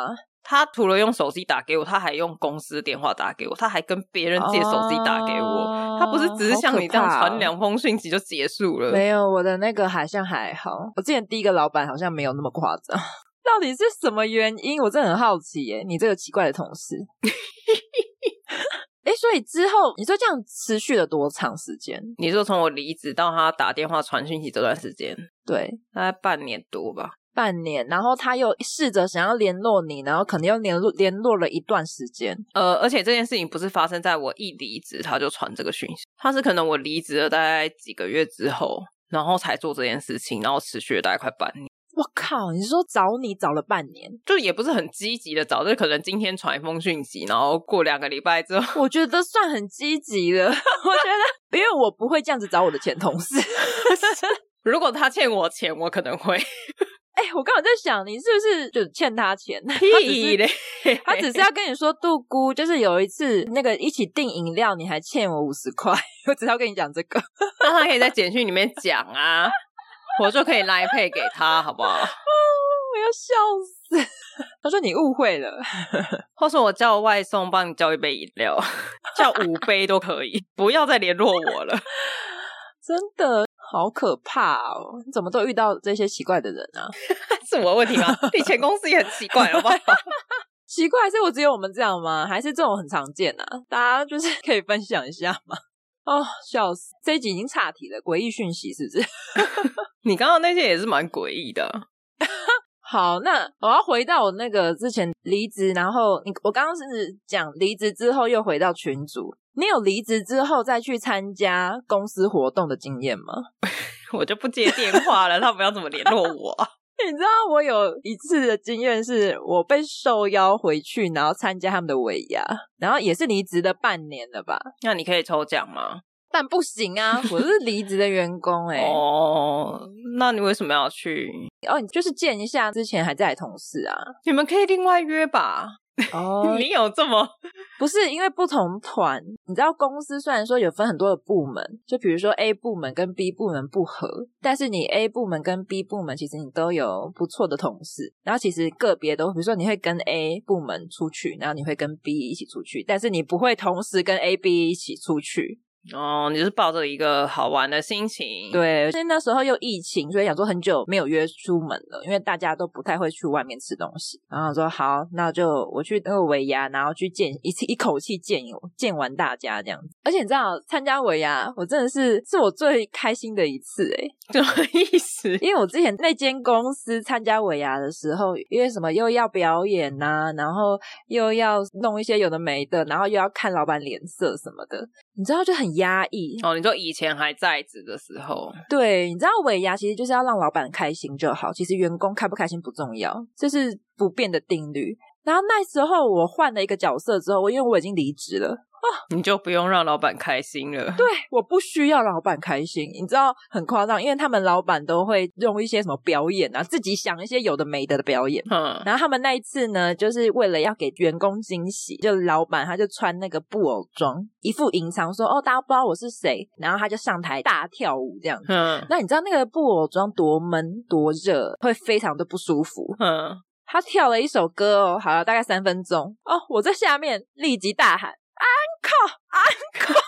C: 他除了用手机打给我，他还用公司电话打给我，他还跟别人借手机打给我、哦、他不是只是像你这样传两封讯息就结束了、
B: 哦、没有，我的那个好像还好，我之前第一个老板好像没有那么夸张。到底是什么原因？我真的很好奇耶，你这个奇怪的同事。诶，所以之后你说这样持续了多长时间？
C: 你说从我离职到他打电话传讯息这段时间？
B: 对，
C: 大概半年多吧。
B: 半年，然后他又试着想要联络你，然后可能又联络联络了一段时间。
C: 呃，而且这件事情不是发生在我一离职他就传这个讯息，他是可能我离职了大概几个月之后，然后才做这件事情，然后持续了大概快半年。
B: 我靠，你说找你找了半年，
C: 就也不是很积极的找，就可能今天传一封讯息，然后过两个礼拜之后，
B: 我觉得算很积极了。我觉得因为我不会这样子找我的前同事。
C: 如果他欠我钱我可能会。
B: 哎、欸，我刚刚在想你是不是就欠他钱。
C: 屁嘞，
B: 他只是要跟你说杜姑，就是有一次那个一起订饮料你还欠我五十块，我只要跟你讲这个。
C: 那他可以在简讯里面讲啊，我就可以来配给他好不好？
B: 我要笑死。他说你误会了。
C: 或是我叫外送帮你叫一杯饮料，叫五杯都可以，不要再联络我了。
B: 真的好可怕哦，你怎么都遇到这些奇怪的人啊？
C: 是我的问题吗？你前公司也很奇怪好不好？
B: 奇怪是我只有我们这样吗？还是这种很常见啊？大家就是可以分享一下吗？哦，笑死，这一集已经岔题了，诡异讯息是不是？你
C: 刚刚那些也是蛮诡异的。
B: 好，那我要回到我那个之前离职，然后你我刚刚是讲离职之后又回到群组，你有离职之后再去参加公司活动的经验吗？
C: 我就不接电话了，他们要怎么联络我？
B: 你知道我有一次的经验是我被受邀回去，然后参加他们的尾牙，然后也是离职的半年了吧。
C: 那你可以抽奖吗？
B: 但不行啊，我是离职的员工欸。
C: 哦，那你为什么要去？
B: 哦，你就是见一下之前还在的同事啊。
C: 你们可以另外约吧。
B: 哦，
C: 你有这么
B: 不是因为不同团，你知道公司虽然说有分很多的部门，就比如说 A 部门跟 B 部门不合，但是你 A 部门跟 B 部门其实你都有不错的同事，然后其实个别都比如说你会跟 A 部门出去，然后你会跟 B 一起出去，但是你不会同时跟 A、B 一起出去。
C: 哦，你就是抱着一个好玩的心情。
B: 对，所以那时候又疫情，所以想说很久没有约出门了，因为大家都不太会去外面吃东西。然后说好，那就我去那个尾牙，然后去见一次，一口气见见完大家这样子。而且你知道，参加尾牙，我真的是是我最开心的一次诶。
C: 什么意思？
B: 因为我之前那间公司参加尾牙的时候，因为什么又要表演啊，然后又要弄一些有的没的，然后又要看老板脸色什么的，你知道就很压抑。
C: 哦，你说以前还在职的时候。
B: 对，你知道尾牙其实就是要让老板开心就好，其实员工开不开心不重要，这是不变的定律。然后那时候我换了一个角色之后，因为我已经离职了，哦，
C: 你就不用让老板开心了。
B: 对，我不需要老板开心。你知道很夸张，因为他们老板都会用一些什么表演啊，自己想一些有的没的的表演。嗯，然后他们那一次呢，就是为了要给员工惊喜，就老板他就穿那个布偶装，一副隐藏说哦大家不知道我是谁，然后他就上台大跳舞这样子。嗯，那你知道那个布偶装多闷多热，会非常的不舒服。嗯，他跳了一首歌哦，好了，大概三分钟哦，我在下面立即大喊Uncle Uncle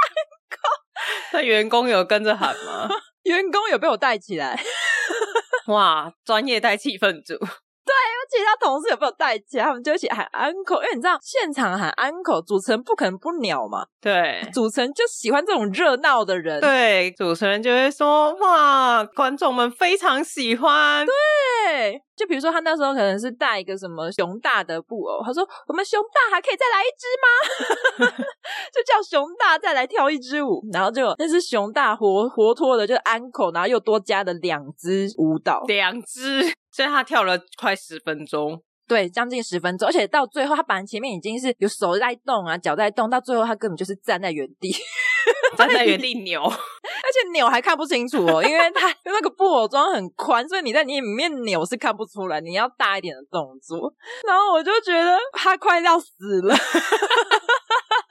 B: Uncle。
C: 那员工有跟着喊吗？
B: 员工有被我带起来。
C: 哇，专业带气氛组。
B: 对，因为其他同事有被我带起来，他们就一起喊 Uncle， 因为你知道现场喊 Uncle 主持人不可能不鸟嘛。
C: 对，
B: 主持人就喜欢这种热闹的人。
C: 对，主持人就会说哇观众们非常喜欢。
B: 对，就比如说他那时候可能是带一个什么熊大的布偶，他说我们熊大还可以再来一只吗？就叫熊大再来跳一支舞，然后就那只熊大活活脱的就是 Uncle， 然后又多加了两支舞蹈，
C: 两支，所以他跳了快十分钟。
B: 对，将近十分钟，而且到最后他本来前面已经是有手在动啊脚在动，到最后他根本就是站在原地
C: 站在原地扭，
B: 而且扭还看不清楚哦，因为他那个布偶装很宽，所以你在你里面扭是看不出来，你要大一点的动作。然后我就觉得他快要死了。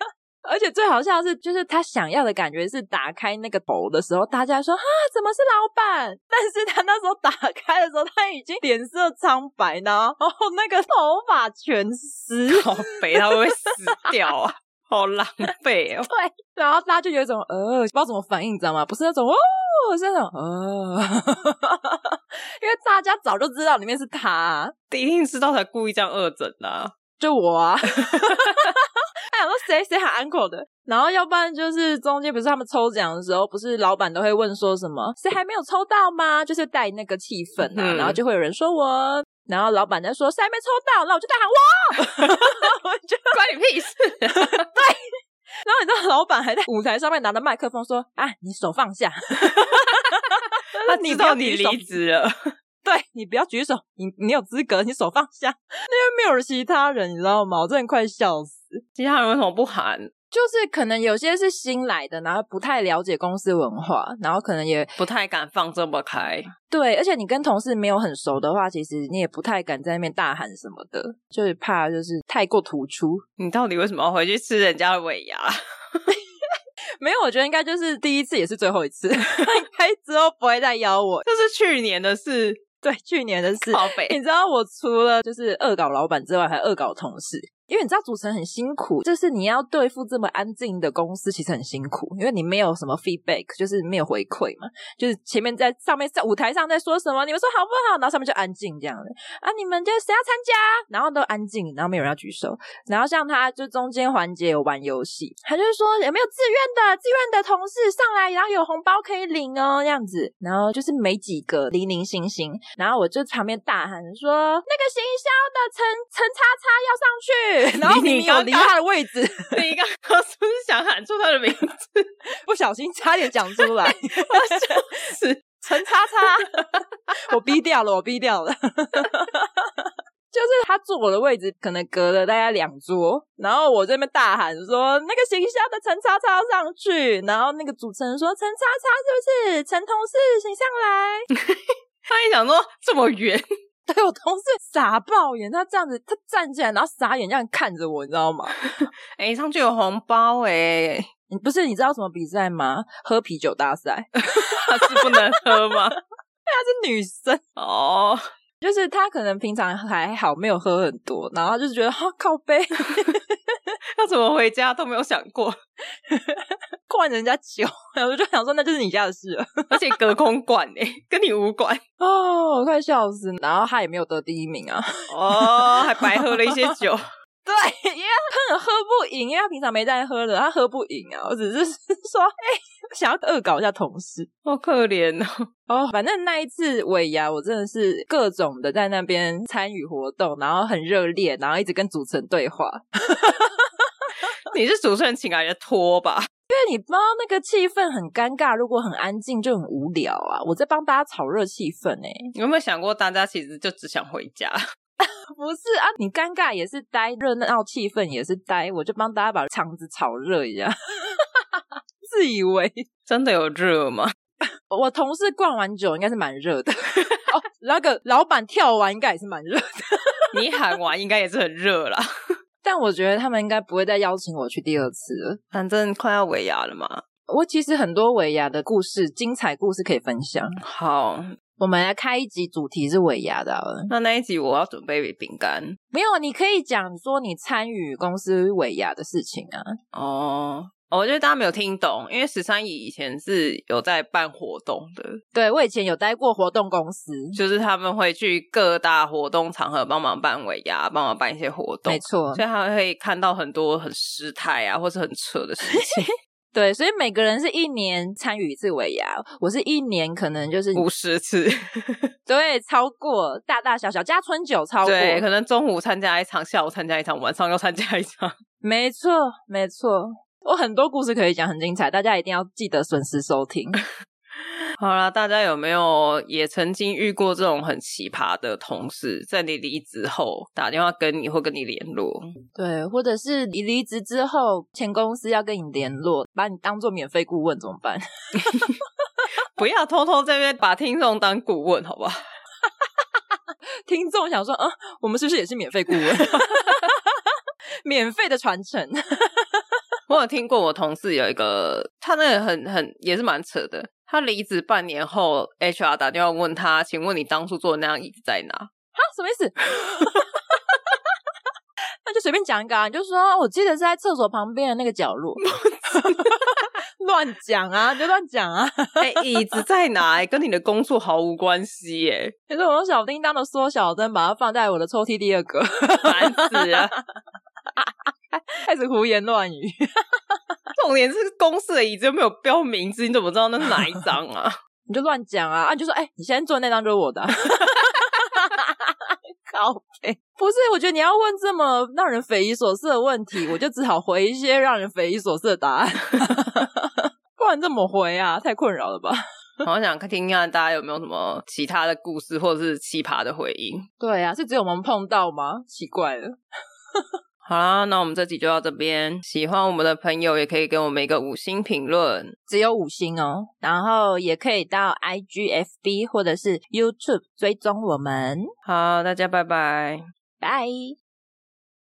B: 而且最好笑的是，就是他想要的感觉是打开那个头的时候，大家说哈怎么是老板？但是他那时候打开的时候，他已经脸色苍白，然后那个头发全湿，
C: 好肥，他会不会死掉啊？好狼狈哦。
B: 对，然后大家就有一种呃不知道怎么反应，你知道吗？不是那种哦，是那种呃因为大家早就知道里面是他，
C: 一定知道才故意这样恶整的啊。
B: 就我啊他想说谁谁喊 uncle 的，然后要不然就是中间不是他们抽奖的时候，不是老板都会问说什么谁还没有抽到吗？就是带那个气氛啊、嗯、然后就会有人说我，然后老板在说谁还没抽到，那我就大喊我我就
C: 关你屁事
B: 对，然后你知道老板还在舞台上面拿着麦克风说啊你手放下
C: 他知道你离职了
B: 对，你不要举手，你你有资格，你手放下。因为没有其他人，你知道吗？我真的快笑死。
C: 其他人为什么不喊？
B: 就是可能有些是新来的，然后不太了解公司文化，然后可能也
C: 不太敢放这么开。
B: 对，而且你跟同事没有很熟的话，其实你也不太敢在那边大喊什么的，就是怕就是太过突出。
C: 你到底为什么要回去吃人家的尾牙？
B: 没有，我觉得应该就是第一次也是最后一次，应该之后不会再邀我。
C: 这是去年的事。
B: 对，去年的事。
C: 靠北。
B: 你知道我除了就是恶搞老板之外，还恶搞同事。因为你知道主持人很辛苦，就是你要对付这么安静的公司其实很辛苦，因为你没有什么 feedback， 就是没有回馈嘛，就是前面在上面在舞台上在说什么你们说好不好，然后上面就安静这样的啊，你们就谁要参加，然后都安静，然后没有人要举手。然后像他就中间环节有玩游戏，他就是说有没有自愿的自愿的同事上来，然后有红包可以领哦这样子，然后就是没几个零零星星，然后我就旁边大喊说那个行销的陈陈叉叉要上去，然后明明有离他的位置，
C: 你刚刚是不是想喊出他的名字？
B: 不小心差点讲出来，我就是陈叉叉，我逼掉了，我逼掉了。就是他坐我的位置，可能隔了大概两桌，然后我这边大喊说那个行销的陈叉叉要上去，然后那个主持人说陈叉叉是不是？陈同事请上来。
C: 他一想说这么远。
B: 对，我同事傻爆眼，他这样子他站起来然后傻眼这样看着我，你知道吗？
C: 诶、欸、上去有红包诶、欸、
B: 不是，你知道什么比赛吗？喝啤酒大赛。
C: 他是不能喝吗？
B: 她是女生
C: 哦，
B: 就是她可能平常还好没有喝很多，然后就是觉得哈靠背
C: 要怎么回家都没有想过
B: 灌人家酒，我就想说那就是你家的事了。
C: 而且隔空灌诶、欸、跟你无关
B: 哦，我快笑死。然后他也没有得第一名啊。
C: 哦，还白喝了一些酒。
B: 对，因为他喝不赢，因为他平常没在喝的，他喝不赢啊。我只是说哎、欸，想要恶搞一下同事。
C: 好可怜哦。
B: 哦，反正那一次尾牙我真的是各种的在那边参与活动，然后很热烈，然后一直跟主持人对话。
C: 你是主持人请来的托吧？
B: 因为你不知道那个气氛很尴尬，如果很安静就很无聊啊。我在帮大家炒热气氛欸。
C: 你有没有想过大家其实就只想回家？
B: 不是啊，你尴尬也是呆，热闹气氛也是呆，我就帮大家把场子炒热一下。自以为
C: 真的有热吗？
B: 我同事灌完酒应该是蛮热的。哦，那个老板跳完应该也是蛮热的。
C: 你喊完应该也是很热啦。
B: 但我觉得他们应该不会再邀请我去第二次了，
C: 反正快要尾牙了嘛。
B: 我其实很多尾牙的故事，精彩故事可以分享。
C: 好，
B: 我们来开一集主题是尾牙的好了。
C: 那那一集我要准备饼干。
B: 没有，你可以讲说你参与公司尾牙的事情啊。
C: 哦，我觉得大家没有听懂，因为十三姨以前是有在办活动的。
B: 对，我以前有待过活动公司，
C: 就是他们会去各大活动场合帮忙办尾牙，帮忙办一些活动。
B: 没错，
C: 所以他会看到很多很失态啊，或是很扯的事情。
B: 对，所以每个人是一年参与一次尾牙，我是一年可能就是
C: 五十次。
B: 对，超过大大小小加春酒超过。
C: 对，可能中午参加一场，下午参加一场，晚上又参加一场。
B: 没错没错，我很多故事可以讲，很精彩，大家一定要记得准时收听。
C: 好啦，大家有没有也曾经遇过这种很奇葩的同事，在你离职后打电话跟你或跟你联络？
B: 对，或者是你离职之后前公司要跟你联络，把你当做免费顾问怎么办？
C: 不要偷偷这边把听众当顾问好不好？
B: 听众想说啊，我们是不是也是免费顾问？免费的传承。
C: 我有听过我同事有一个，他那个很很也是蛮扯的，他离职半年后 H R 打电话问他，请问你当初坐的那张椅子在哪？
B: 哈，什么意思？那就随便讲一个啊，你就说我记得是在厕所旁边的那个角落。乱讲啊，就乱讲啊！
C: 哎、欸，椅子在哪、欸？跟你的工作毫无关系耶、欸。
B: 可是我用小叮当的缩小灯把它放在我的抽屉第二个，
C: 烦死了！
B: 开始胡言乱语。
C: 重点是公司的椅子又没有标名字，你怎么知道那是哪一张啊？
B: 你就乱讲啊！啊，你就说，哎、欸，你现在坐的那张就是我的、啊。靠北，不是，我觉得你要问这么让人匪夷所思的问题，我就只好回一些让人匪夷所思的答案。不然这么回啊，太困扰了吧。
C: 好想听听看大家有没有什么其他的故事或者是奇葩的回应。
B: 对啊，是只有我们碰到吗？奇怪了。
C: 好啦，那我们这集就到这边，喜欢我们的朋友也可以给我们一个五星评论，
B: 只有五星哦，然后也可以到 I G F B 或者是 YouTube 追踪我们。
C: 好，大家拜拜，
B: 拜。